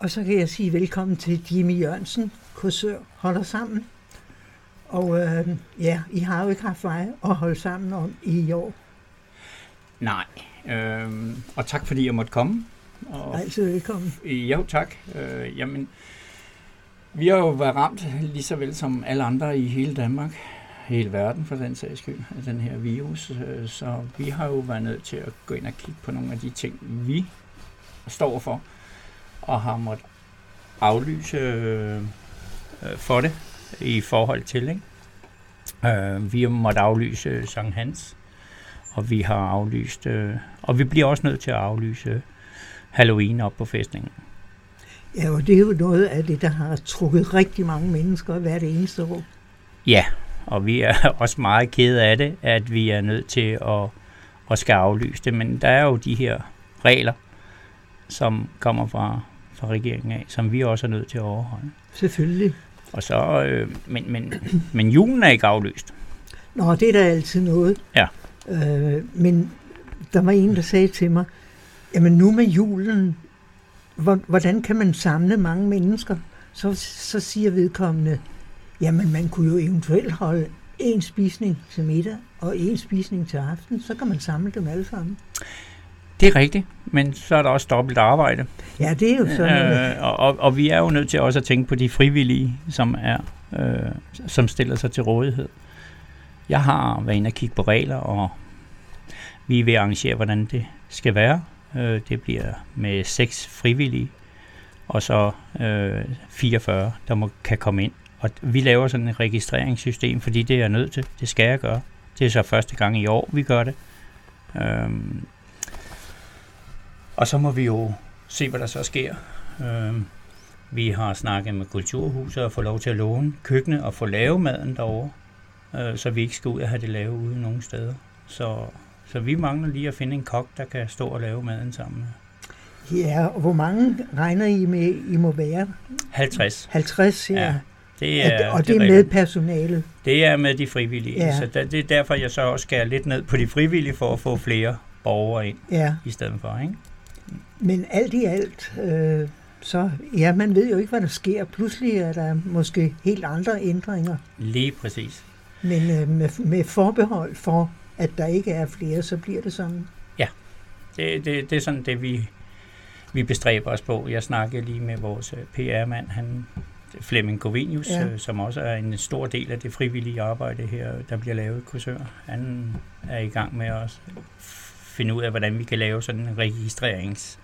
Og så kan jeg sige velkommen til Jimmy Jørgensen, Korsør holder sammen. Og I har jo ikke haft vej at holde sammen om i år. Nej, og tak fordi jeg måtte komme. Og altid velkommen. Jo, tak. Jamen, vi har jo været ramt lige så vel som alle andre i hele Danmark, hele verden for den sags skyld, af den her virus. Så vi har jo været nødt til at gå ind og kigge på nogle af de ting, vi står for, og har måttet aflyse for det i forhold til, ikke? Vi har måttet aflyse Sankt Hans, og vi har aflyst, og vi bliver også nødt til at aflyse Halloween op på fæstningen. Ja, og det er jo noget af det, der har trukket rigtig mange mennesker hvert eneste år. Ja, og vi er også meget kede af det, at vi er nødt til at skal aflyse det, men der er jo de her regler, som kommer fra regeringen af, som vi også er nødt til at overholde. Selvfølgelig. Og så, men julen er ikke aflyst. Nå, det er der altid noget. Ja. Men der var en, der sagde til mig, jamen nu med julen, hvordan kan man samle mange mennesker? Så siger vedkommende, jamen man kunne jo eventuelt holde en spisning til middag og en spisning til aften, så kan man samle dem alle sammen. Det er rigtigt, men så er der også dobbelt arbejde. Ja, det er jo sådan. Og vi er jo nødt til også at tænke på de frivillige, som stiller sig til rådighed. Jeg har været inde og kigge på regler, og vi vil arrangere, hvordan det skal være. Det bliver med 6 frivillige, og så 44, der kan komme ind. Og vi laver sådan et registreringssystem, fordi det er jeg nødt til. Det skal jeg gøre. Det er så første gang i år, vi gør det. Og så må vi jo se, hvad der så sker. Vi har snakket med Kulturhuset og få lov til at låne køkkenet og få lavet maden derovre, så vi ikke skal ud og have det lavet ude nogen steder. Så vi mangler lige at finde en kok, der kan stå og lave maden sammen. Ja, og hvor mange regner I med, I må være? 50. 50, ja. Det er, og det er med personalet? Det er med de frivillige. Ja. Så det er derfor, jeg så også skærer lidt ned på de frivillige, for at få flere borgere ind i stedet for, ikke? Men alt i alt, så man ved jo ikke, hvad der sker. Pludselig er der måske helt andre ændringer. Lige præcis. Men med forbehold for, at der ikke er flere, så bliver det sådan. Ja, det er sådan det, vi bestræber os på. Jeg snakkede lige med vores PR-mand, Flemming Govenius, som også er en stor del af det frivillige arbejde her, der bliver lavet i Korsør. Han er i gang med at finde ud af, hvordan vi kan lave sådan en registrerings.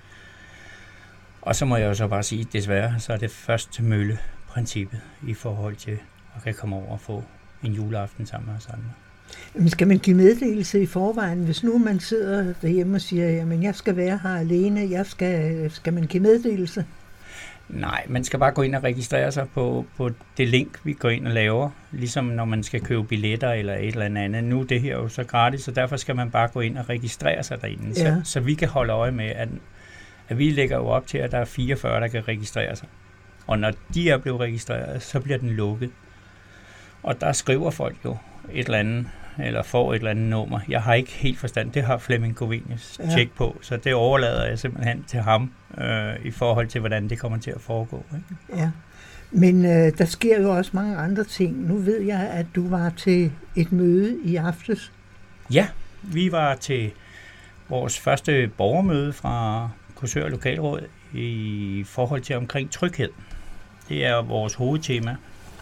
Og så må jeg jo så bare sige, desværre, så er det først mølle-princippet i forhold til at kan komme over og få en juleaften sammen med os andre. Men skal man give meddelelse i forvejen, hvis nu man sidder derhjemme og siger, jamen jeg skal være her alene, skal man give meddelelse? Nej, man skal bare gå ind og registrere sig på det link, vi går ind og laver, ligesom når man skal købe billetter eller et eller andet. Nu er det her jo så gratis, så derfor skal man bare gå ind og registrere sig derinde, så vi kan holde øje med, at vi lægger jo op til, at der er 44, der kan registrere sig. Og når de er blevet registreret, så bliver den lukket. Og der skriver folk jo et eller andet, eller får et eller andet nummer. Jeg har ikke helt forstand. Det har Flemming Govenius tjek på, så det overlader jeg simpelthen til ham i forhold til, hvordan det kommer til at foregå. Ikke? Ja, men der sker jo også mange andre ting. Nu ved jeg, at du var til et møde i aftes. Ja, vi var til vores første borgermøde fra Korsør Lokalråd i forhold til omkring tryghed. Det er vores hovedtema.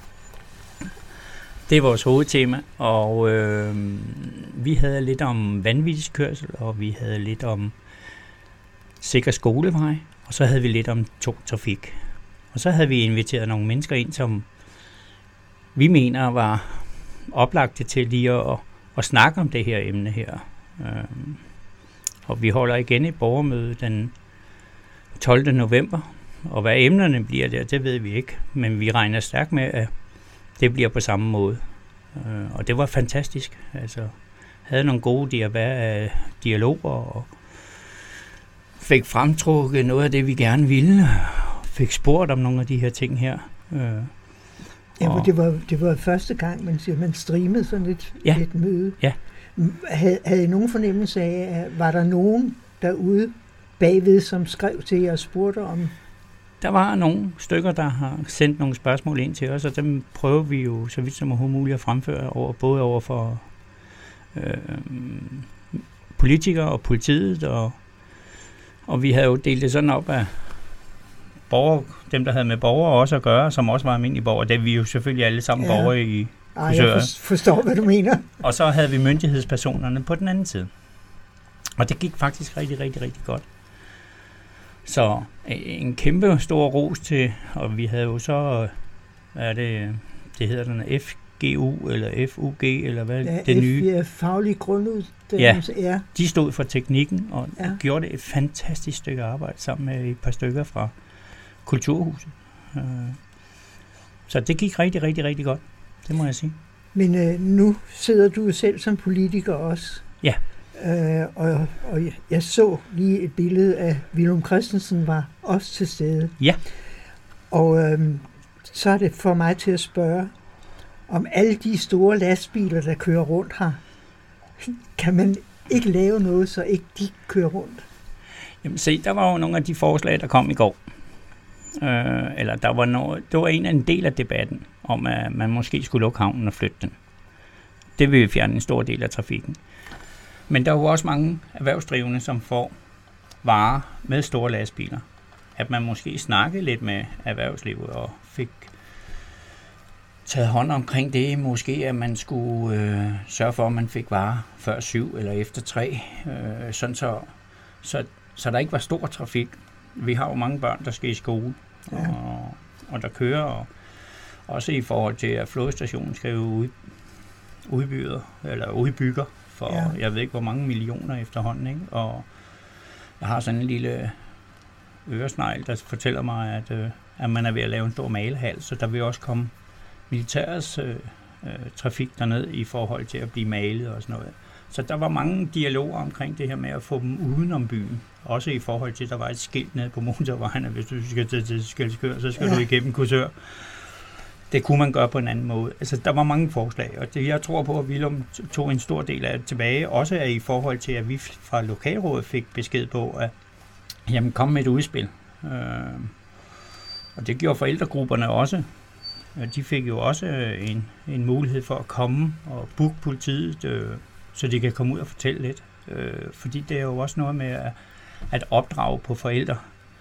Det er vores hovedtema, og vi havde lidt om vanvidskørsel, og vi havde lidt om sikker skolevej, og så havde vi lidt om tung trafik. Og så havde vi inviteret nogle mennesker ind, som vi mener var oplagte til lige at snakke om det her emne her. Og vi holder igen et borgermøde den 12. november, og hvad emnerne bliver der, det ved vi ikke, men vi regner stærkt med, at det bliver på samme måde. Og det var fantastisk. Altså, havde nogle gode dialoger og fik fremtrukket noget af det, vi gerne ville. Fik spurgt om nogle af de her ting her. Ja, det var første gang, man streamede sådan et møde. Ja. Havde I nogen fornemmelse af, var der nogen derude bagved, som skrev til jer og spurgte om der var nogle stykker, der har sendt nogle spørgsmål ind til os, og dem prøver vi jo så vidt som overhovedet muligt at fremføre både over for politikere og politiet, og vi havde jo delt det sådan op af borgere, dem der havde med borgere også at gøre, som også var almindelige borgere. Det er vi jo selvfølgelig alle sammen borgere i Korsør. Jeg forstår, hvad du mener. Og så havde vi myndighedspersonerne på den anden side. Og det gik faktisk rigtig, rigtig, rigtig godt. Så en kæmpe stor ros til, og vi havde jo så, hvad er det hedder den, FGU eller FUG, eller hvad det nye? Ja, faglig grunduddannelse. Ja, de stod for teknikken, og gjorde et fantastisk stykke arbejde sammen med et par stykker fra Kulturhuset. Så det gik rigtig, rigtig, rigtig godt, det må jeg sige. Men nu sidder du selv som politiker også. Ja. Og jeg så lige et billede af Villum Christensen var også til stede. Ja. Og så er det for mig til at spørge, om alle de store lastbiler, der kører rundt her, kan man ikke lave noget, så ikke de kører rundt? Jamen se, der var jo nogle af de forslag, der kom i går. Eller der var det var en del af debatten, om at man måske skulle lukke havnen og flytte den. Det vil fjerne en stor del af trafikken. Men der er jo også mange erhvervsdrivende, som får varer med store lastbiler. At man måske snakkede lidt med erhvervslivet og fik taget hånd omkring det. Måske at man skulle sørge for, at man fik varer før 7 eller efter 3. Sådan så der ikke var stor trafik. Vi har jo mange børn, der skal i skole, og der kører. Og også i forhold til, at flådestationen skal jo udbygger for jeg ved ikke hvor mange millioner efterhånden, ikke? Og jeg har sådan en lille øresnegl, der fortæller mig, at man er ved at lave en stor malehal, så der vil også komme militærets trafik derned i forhold til at blive malet og sådan noget. Så der var mange dialoger omkring det her med at få dem udenom byen. Også i forhold til, at der var et skilt nede på motorvejen, at hvis du skal til Skælskør, så skal du igennem Korsør. Det kunne man gøre på en anden måde. Altså, der var mange forslag, og det, jeg tror på, at Villum tog en stor del af det tilbage. Også er i forhold til, at vi fra lokalrådet fik besked på, at jamen, kom med et udspil. Og det gjorde forældregrupperne også. De fik jo også en mulighed for at komme og booke politiet, så de kan komme ud og fortælle lidt. Fordi det er jo også noget med at opdrage på forældre.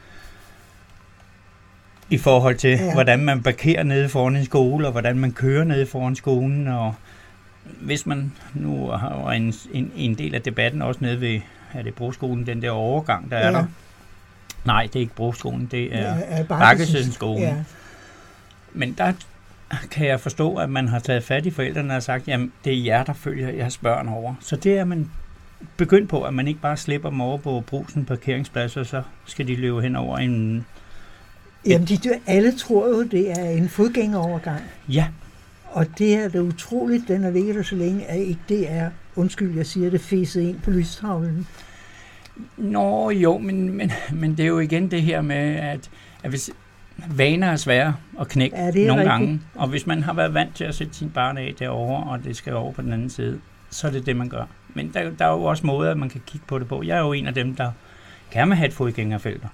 I forhold til, hvordan man parkerer nede foran en skole, og hvordan man kører nede foran skolen. Og hvis man nu har en del af debatten også nede ved, er det Broskolen, den der overgang, der er der? Nej, det er ikke Broskolen, det er Bakkesøssenskolen. Ja. Men der kan jeg forstå, at man har taget fat i forældrene og sagt, jamen det er jer, der følger jeres børn over. Så det er man begyndt på, at man ikke bare slipper dem over på Brugsen parkeringsplads, og så skal de løbe hen over en... Jamen, alle tror jo, det er en fodgængerovergang. Ja. Og det er da utroligt, den har ligget der så længe, at ikke det er, undskyld, jeg siger det, fæset ind på lystavlen. Nå jo, men det er jo igen det her med, at hvis vaner er svære at knække nogle gange, og hvis man har været vant til at sætte sin barn af derovre, og det skal over på den anden side, så er det det, man gør. Men der er jo også måder, at man kan kigge på det på. Jeg er jo en af dem, der gerne vil have et fodgængerfelter.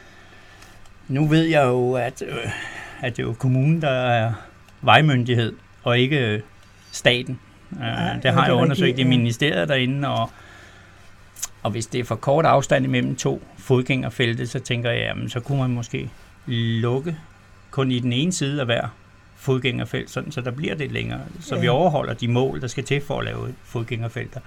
Nu ved jeg jo, at det er jo kommunen, der er vejmyndighed, og ikke staten. Det har jeg undersøgt i ministeriet derinde, og hvis det er for kort afstand imellem 2 fodgængerfelte, så tænker jeg, jamen, så kunne man måske lukke kun i den ene side af hver fodgængerfelt, sådan, så der bliver det længere, så vi overholder de mål, der skal til for at lave fodgængerfelter.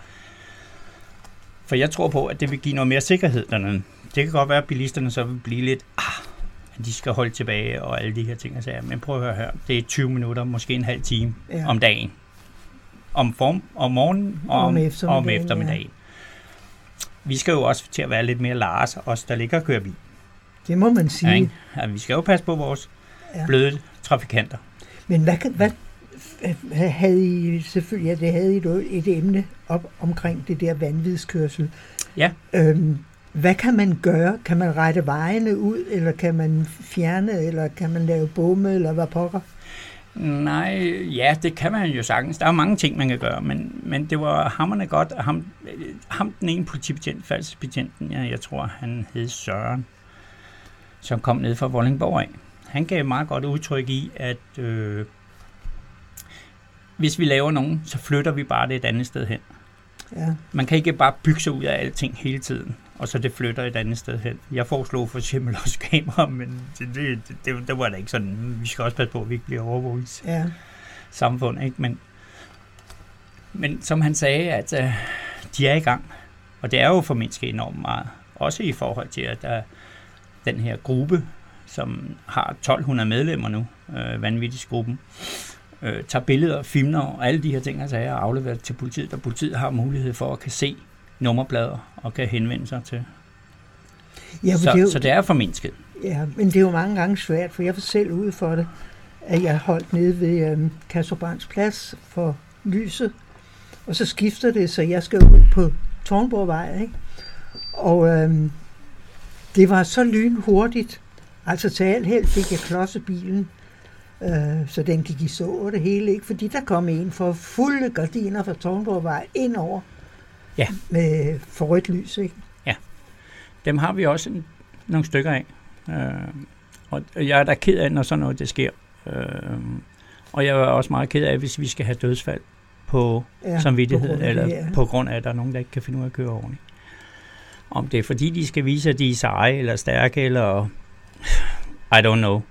For jeg tror på, at det vil give noget mere sikkerhed dernede. Det kan godt være, at bilisterne så vil blive lidt, at de skal holde tilbage og alle de her ting. Altså, men prøv at høre her, det er 20 minutter, måske en halv time om dagen. Om morgenen og om eftermiddagen. Vi skal jo også til at være lidt mere Lars, os der ligger og kører bil. Det må man sige. Ja, vi skal jo passe på vores bløde trafikanter. Men hvad havde I selvfølgelig, det havde I et emne op omkring det der vanvidskørsel. Ja. Hvad kan man gøre? Kan man rette vejene ud, eller kan man fjerne, eller kan man lave bomme, eller hvad pokker? Nej, ja, det kan man jo sagtens. Der er mange ting, man kan gøre, men det var hamrende godt. Ham den ene politibetjent, færdselsbetjenten, jeg tror, han hed Søren. som kom ned fra Vordingborg af. Han gav meget godt udtryk i, at hvis vi laver nogen, så flytter vi bare det et andet sted hen. Ja. Man kan ikke bare bygge sig ud af alting hele tiden, og så det flytter et andet sted hen. Jeg foreslog for eksempel også kamera, men det var da ikke sådan. Vi skal også passe på, at vi ikke bliver overvåget i samfundet. Ikke? Men som han sagde, at de er i gang, og det er jo formindsket enormt meget. Også i forhold til, at der er den her gruppe, som har 1200 medlemmer nu, vanvittighedsgruppen, tager billeder, filmer og alle de her ting, altså er afleveret til politiet, og politiet har mulighed for at kan se nummerplader og kan henvende sig til. Ja, så det er formindsket. Ja, men det er jo mange gange svært, for jeg var selv ude for det, at jeg holdt nede ved Kastrup-Brands Plads for lyset, og så skifter det, så jeg skal ud på Tårnborgvej, ikke? Og det var så lynhurtigt, altså til alt held fik jeg klodset bilen, så den gik i så det hele, ikke? Fordi der kom en for fulde gardiner fra Tårnborgvej ind over med forrødt lys, ikke? Ja, dem har vi også nogle stykker af, og jeg er da ked af, når sådan noget det sker, og jeg er også meget ked af, hvis vi skal have dødsfald på samvittighed, eller på grund af, at der er nogen, der ikke kan finde ud af at køre ordentligt. Om det er fordi, de skal vise, at de er seje, eller stærke, eller I don't know.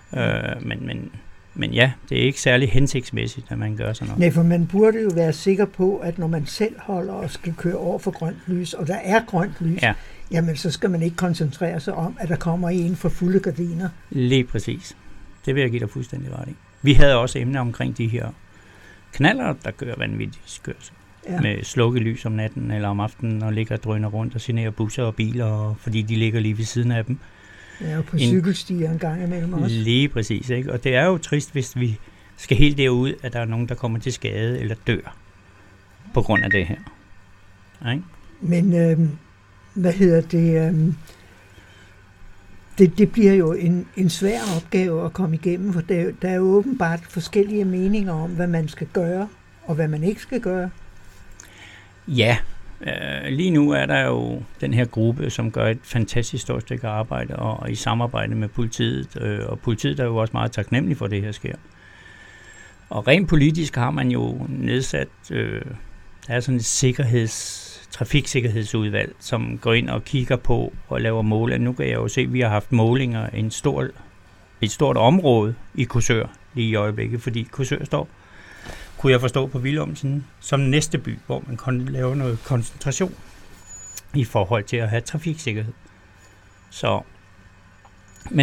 Men ja, det er ikke særlig hensigtsmæssigt, at man gør sådan noget. Nej, for man burde jo være sikker på, at når man selv holder og skal køre over for grønt lys, og der er grønt lys, jamen så skal man ikke koncentrere sig om, at der kommer en for fulde gardiner. Lige præcis. Det vil jeg give dig fuldstændig ret i. Vi havde også emner omkring de her knaller, der kører vanvittigskørsel. Med slukket lys om natten eller om aftenen, og ligger og drøner rundt og generer busser og biler, fordi de ligger lige ved siden af dem. Ja, og på cykelstier en gang imellem også. Lige præcis, ikke? Og det er jo trist, hvis vi skal helt derud, at der er nogen, der kommer til skade eller dør på grund af det her. Ikke? Men det bliver jo en svær opgave at komme igennem, for der er jo åbenbart forskellige meninger om, hvad man skal gøre, og hvad man ikke skal gøre. Ja, lige nu er der jo den her gruppe, som gør et fantastisk stort stykke arbejde, og i samarbejde med politiet, og politiet er jo også meget taknemmelig for, det her sker. Og rent politisk har man jo nedsat, der er sådan et trafiksikkerhedsudvalg, som går ind og kigger på og laver mål. Nu kan jeg jo se, at vi har haft målinger i et stort område i Korsør lige i øjeblikket, fordi Korsør står, kunne jeg forstå på Villumsen, som næste by, hvor man kunne lave noget koncentration i forhold til at have trafiksikkerhed. Så, men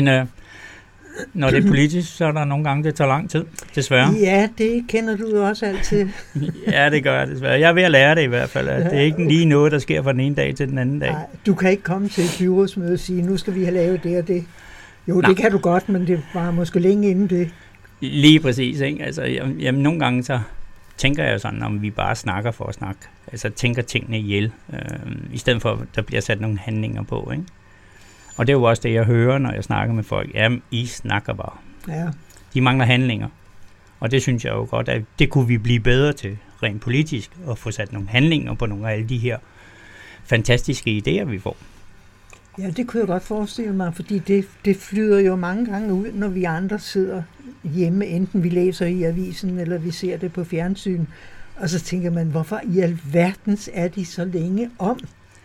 når det er politisk, så er der nogle gange, det tager lang tid, desværre. Ja, det kender du jo også altid. Ja, det gør jeg desværre. Jeg er ved at lære det i hvert fald. Det er ikke lige noget, der sker fra den ene dag til den anden dag. Nej, du kan ikke komme til et byrådsmøde og sige, nu skal vi have lavet det og det. Jo, nej. Det kan du godt, men det var måske længe inden det. Lige præcis, ikke? Altså, jamen, nogle gange så tænker jeg sådan, om vi bare snakker for at snakke. Altså tænker tingene ihjel, i stedet for, at der bliver sat nogle handlinger på, ikke? Og det er jo også det, jeg hører, når jeg snakker med folk. Jamen, I snakker bare. Ja. De mangler handlinger. Og det synes jeg jo godt, at det kunne vi blive bedre til, rent politisk, at få sat nogle handlinger på nogle af alle de her fantastiske idéer, vi får. Ja, det kunne jeg godt forestille mig, fordi det flyder jo mange gange ud, når vi andre sidder hjemme, enten vi læser i avisen, eller vi ser det på fjernsyn, og så tænker man, hvorfor i alverdens er de så længe om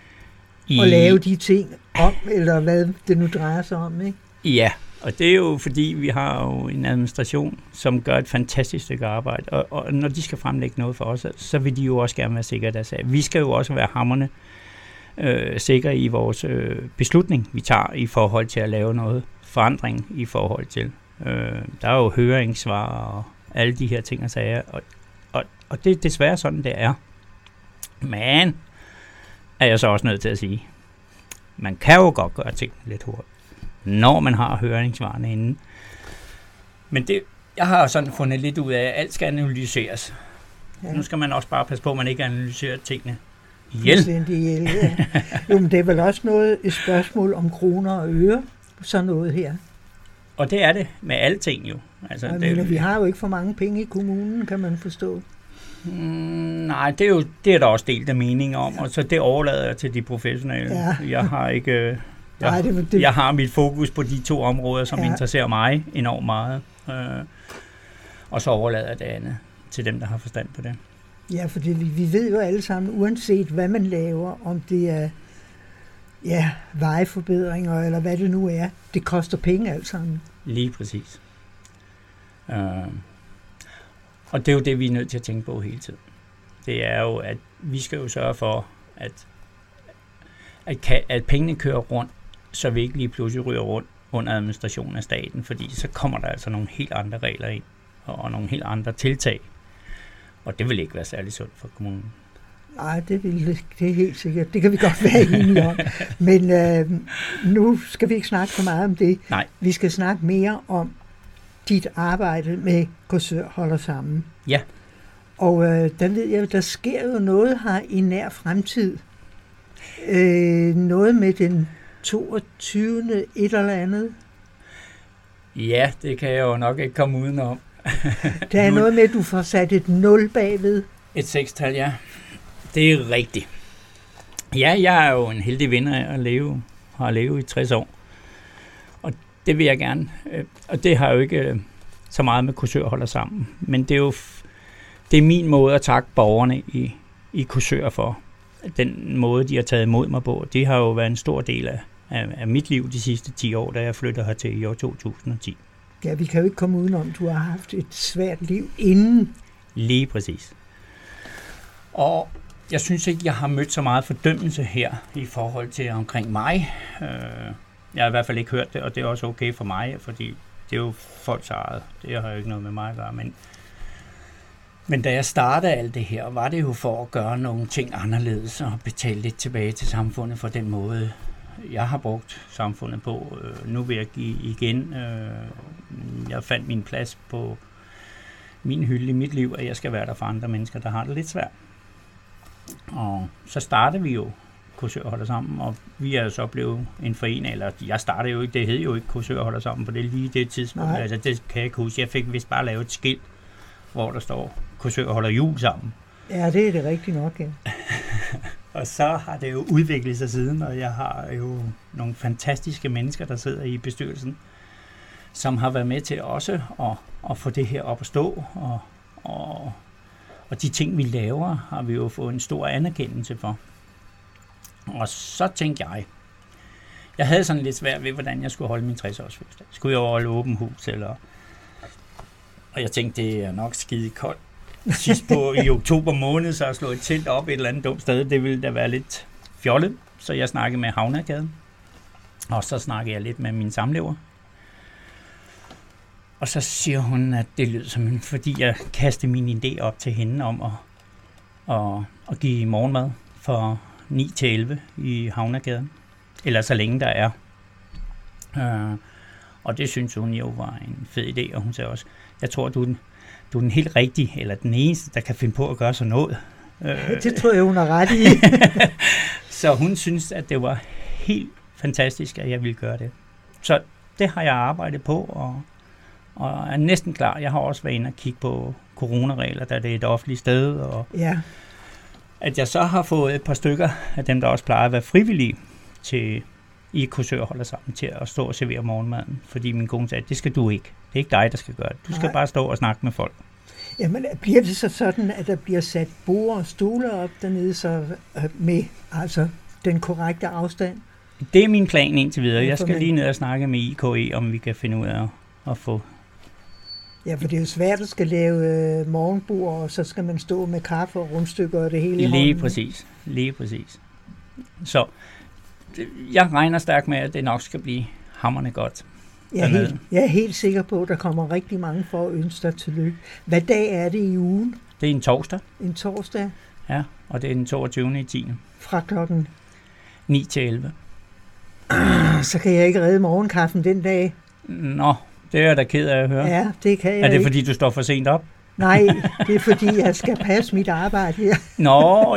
at lave de ting om, eller hvad det nu drejer sig om, ikke? Ja, og det er jo fordi, vi har jo en administration, som gør et fantastisk stykke arbejde, og når de skal fremlægge noget for os, så vil de jo også gerne være sikre af det. Vi skal jo også være hamrende sikre i vores beslutning, vi tager i forhold til at lave noget forandring i forhold til. Der er jo høringssvar og alle de her ting og sager, og det er desværre sådan, det er. Men er jeg så også nødt til at sige, man kan jo godt gøre tingene lidt hurtigt, når man har høringssvarene inden. Men jeg har sådan fundet lidt ud af, at alt skal analyseres. Ja. Nu skal man også bare passe på, at man ikke analyserer tingene ihjel. Ja. Jo, men det er vel også et spørgsmål om kroner og øre, sådan noget her. Og det er det med alting jo. Altså, vi har jo ikke for mange penge i kommunen, kan man forstå. Nej, det er der også delt af meninger om, og så det overlader jeg til de professionelle. Ja. Jeg har mit fokus på de 2 områder, som interesserer mig enormt meget. Og så overlader jeg det andet til dem, der har forstand på det. Ja, for vi ved jo alle sammen, uanset hvad man laver, om det er vejeforbedringer eller hvad det nu er, det koster penge alt sammen. Lige præcis. Og det er jo det, vi er nødt til at tænke på hele tiden. Det er jo, at vi skal jo sørge for, at pengene kører rundt, så vi ikke lige pludselig ryger rundt under administrationen af staten, fordi så kommer der altså nogle helt andre regler ind, og nogle helt andre tiltag. Og det vil ikke være særlig sundt for kommunen. Nej, det er helt sikkert. Det kan vi godt være enige om. Men nu skal vi ikke snakke så meget om det. Nej. Vi skal snakke mere om dit arbejde med Korsør holder sammen. Ja. Og der ved jeg, der sker jo noget her i nær fremtid. Noget med den 22. et eller andet. Ja, det kan jeg jo nok ikke komme udenom. Der er noget med, at du får sat et 0 bagved. Et 6-tal, ja. Det er rigtigt. Ja, jeg er jo en heldig vinder af at har levet i 60 år. Og det vil jeg gerne. Og det har jo ikke så meget med Korsør holder sammen. Men det er min måde at takke borgerne i Korsør for. Den måde, de har taget imod mig på. Det har jo været en stor del af mit liv de sidste 10 år, da jeg flyttede hertil i år 2010. Ja, vi kan jo ikke komme udenom, du har haft et svært liv inden. Lige præcis. Og jeg synes ikke, jeg har mødt så meget fordømmelse her i forhold til omkring mig. Jeg har i hvert fald ikke hørt det, og det er også okay for mig, fordi det er jo folks eget. Det har jo ikke noget med mig at gøre. Men da jeg startede alt det her, var det jo for at gøre nogle ting anderledes og betale lidt tilbage til samfundet for den måde, jeg har brugt samfundet på. Nu vil jeg give igen. Jeg fandt min plads på min hylde i mit liv, at jeg skal være der for andre mennesker, der har det lidt svært. Og så startede vi jo Korsør holder sammen, og vi er så blevet en forening, eller jeg startede jo ikke, det hed jo ikke Korsør holder sammen, for det er lige det tidspunkt. Altså, det kan jeg ikke huske. Jeg fik vist bare lavet et skilt, hvor der står Korsør holder jul sammen. Ja, det er det rigtigt nok, ja. Og så har det jo udviklet sig siden, og jeg har jo nogle fantastiske mennesker, der sidder i bestyrelsen, som har været med til også at få det her op at stå, og de ting, vi laver, har vi jo fået en stor anerkendelse for. Og så tænkte jeg havde sådan lidt svært ved, hvordan jeg skulle holde min 60-års fødselsdag. Skulle jeg holde åben hus, og jeg tænkte, det er nok skide koldt. Sidst i oktober måned, så at slå et telt op et eller andet dumt sted, det ville da være lidt fjollet. Så jeg snakkede med Havnagaden, og så snakkede jeg lidt med min samlever. Og så siger hun, at det lød som fordi jeg kastede min idé op til hende om at give morgenmad for 9 til 11 i Havnagaden. Eller så længe der er. Og det synes hun jo var en fed idé, og hun sagde også, jeg tror, du er den helt rigtige, eller den eneste, der kan finde på at gøre sådan noget. Det tror jeg, hun er ret i. Så hun synes, at det var helt fantastisk, at jeg ville gøre det. Så det har jeg arbejdet på, og er næsten klar. Jeg har også været inde og kigge på coronaregler, da det er et offentligt sted, og at jeg så har fået et par stykker af dem, der også plejer at være frivillige i Korsør holder sammen til at stå og servere morgenmaden, fordi min kone sagde, det skal du ikke. Det er ikke dig, der skal gøre det. Du skal bare stå og snakke med folk. Jamen, bliver det så sådan, at der bliver sat borde og stole op dernede, så med altså den korrekte afstand? Det er min plan indtil videre. Jeg skal lige ned og snakke med IKE, om vi kan finde ud af at få... Ja, for det er jo svært at skal lave morgenbord, og så skal man stå med kaffe og rundstykker og det hele i hånden. Lige præcis. Så jeg regner stærkt med, at det nok skal blive hamrende godt. Jeg er helt sikker på, at der kommer rigtig mange for at ønske dig tillykke. Hvad dag er det i ugen? Det er en torsdag. En torsdag? Ja, og det er den 22. i 10. Fra klokken? 9 til 11. Så kan jeg ikke redde morgenkaffen den dag. Nå, det er jeg da ked af at høre. Ja, det kan jeg ikke. Er det ikke. fordi, du står for sent op? Nej, det er fordi, jeg skal passe mit arbejde her. Nå,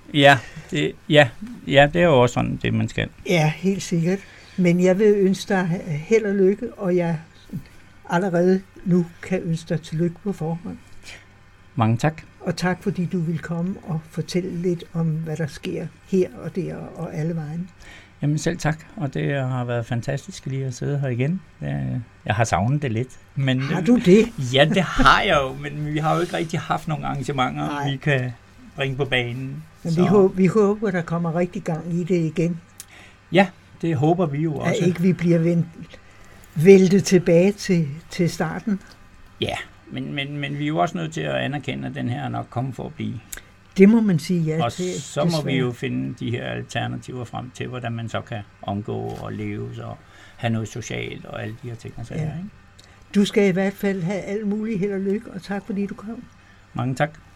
ja, det er jo også sådan, det man skal. Ja, helt sikkert. Men jeg vil ønske dig held og lykke, og jeg allerede nu kan ønske dig tillykke på forhånd. Mange tak. Og tak, fordi du vil komme og fortælle lidt om, hvad der sker her og der og alle vejen. Jamen selv tak, og det har været fantastisk lige at sidde her igen. Jeg har savnet det lidt. Men, har du det? Ja, det har jeg jo, men vi har jo ikke rigtig haft nogle arrangementer, vi kan bringe på banen. Men vi håber, der kommer rigtig gang i det igen. Ja, det håber vi jo også. At ikke vi bliver væltet tilbage til starten. Ja, men vi er jo også nødt til at anerkende, at den her er nok kommet for at blive. Det må man sige ja og til. Og så må vi jo finde de her alternativer frem til, hvordan man så kan omgå og leve og have noget socialt og alle de her ting. Ja. Ikke? Du skal i hvert fald have alt muligt held og lykke, og tak fordi du kom. Mange tak.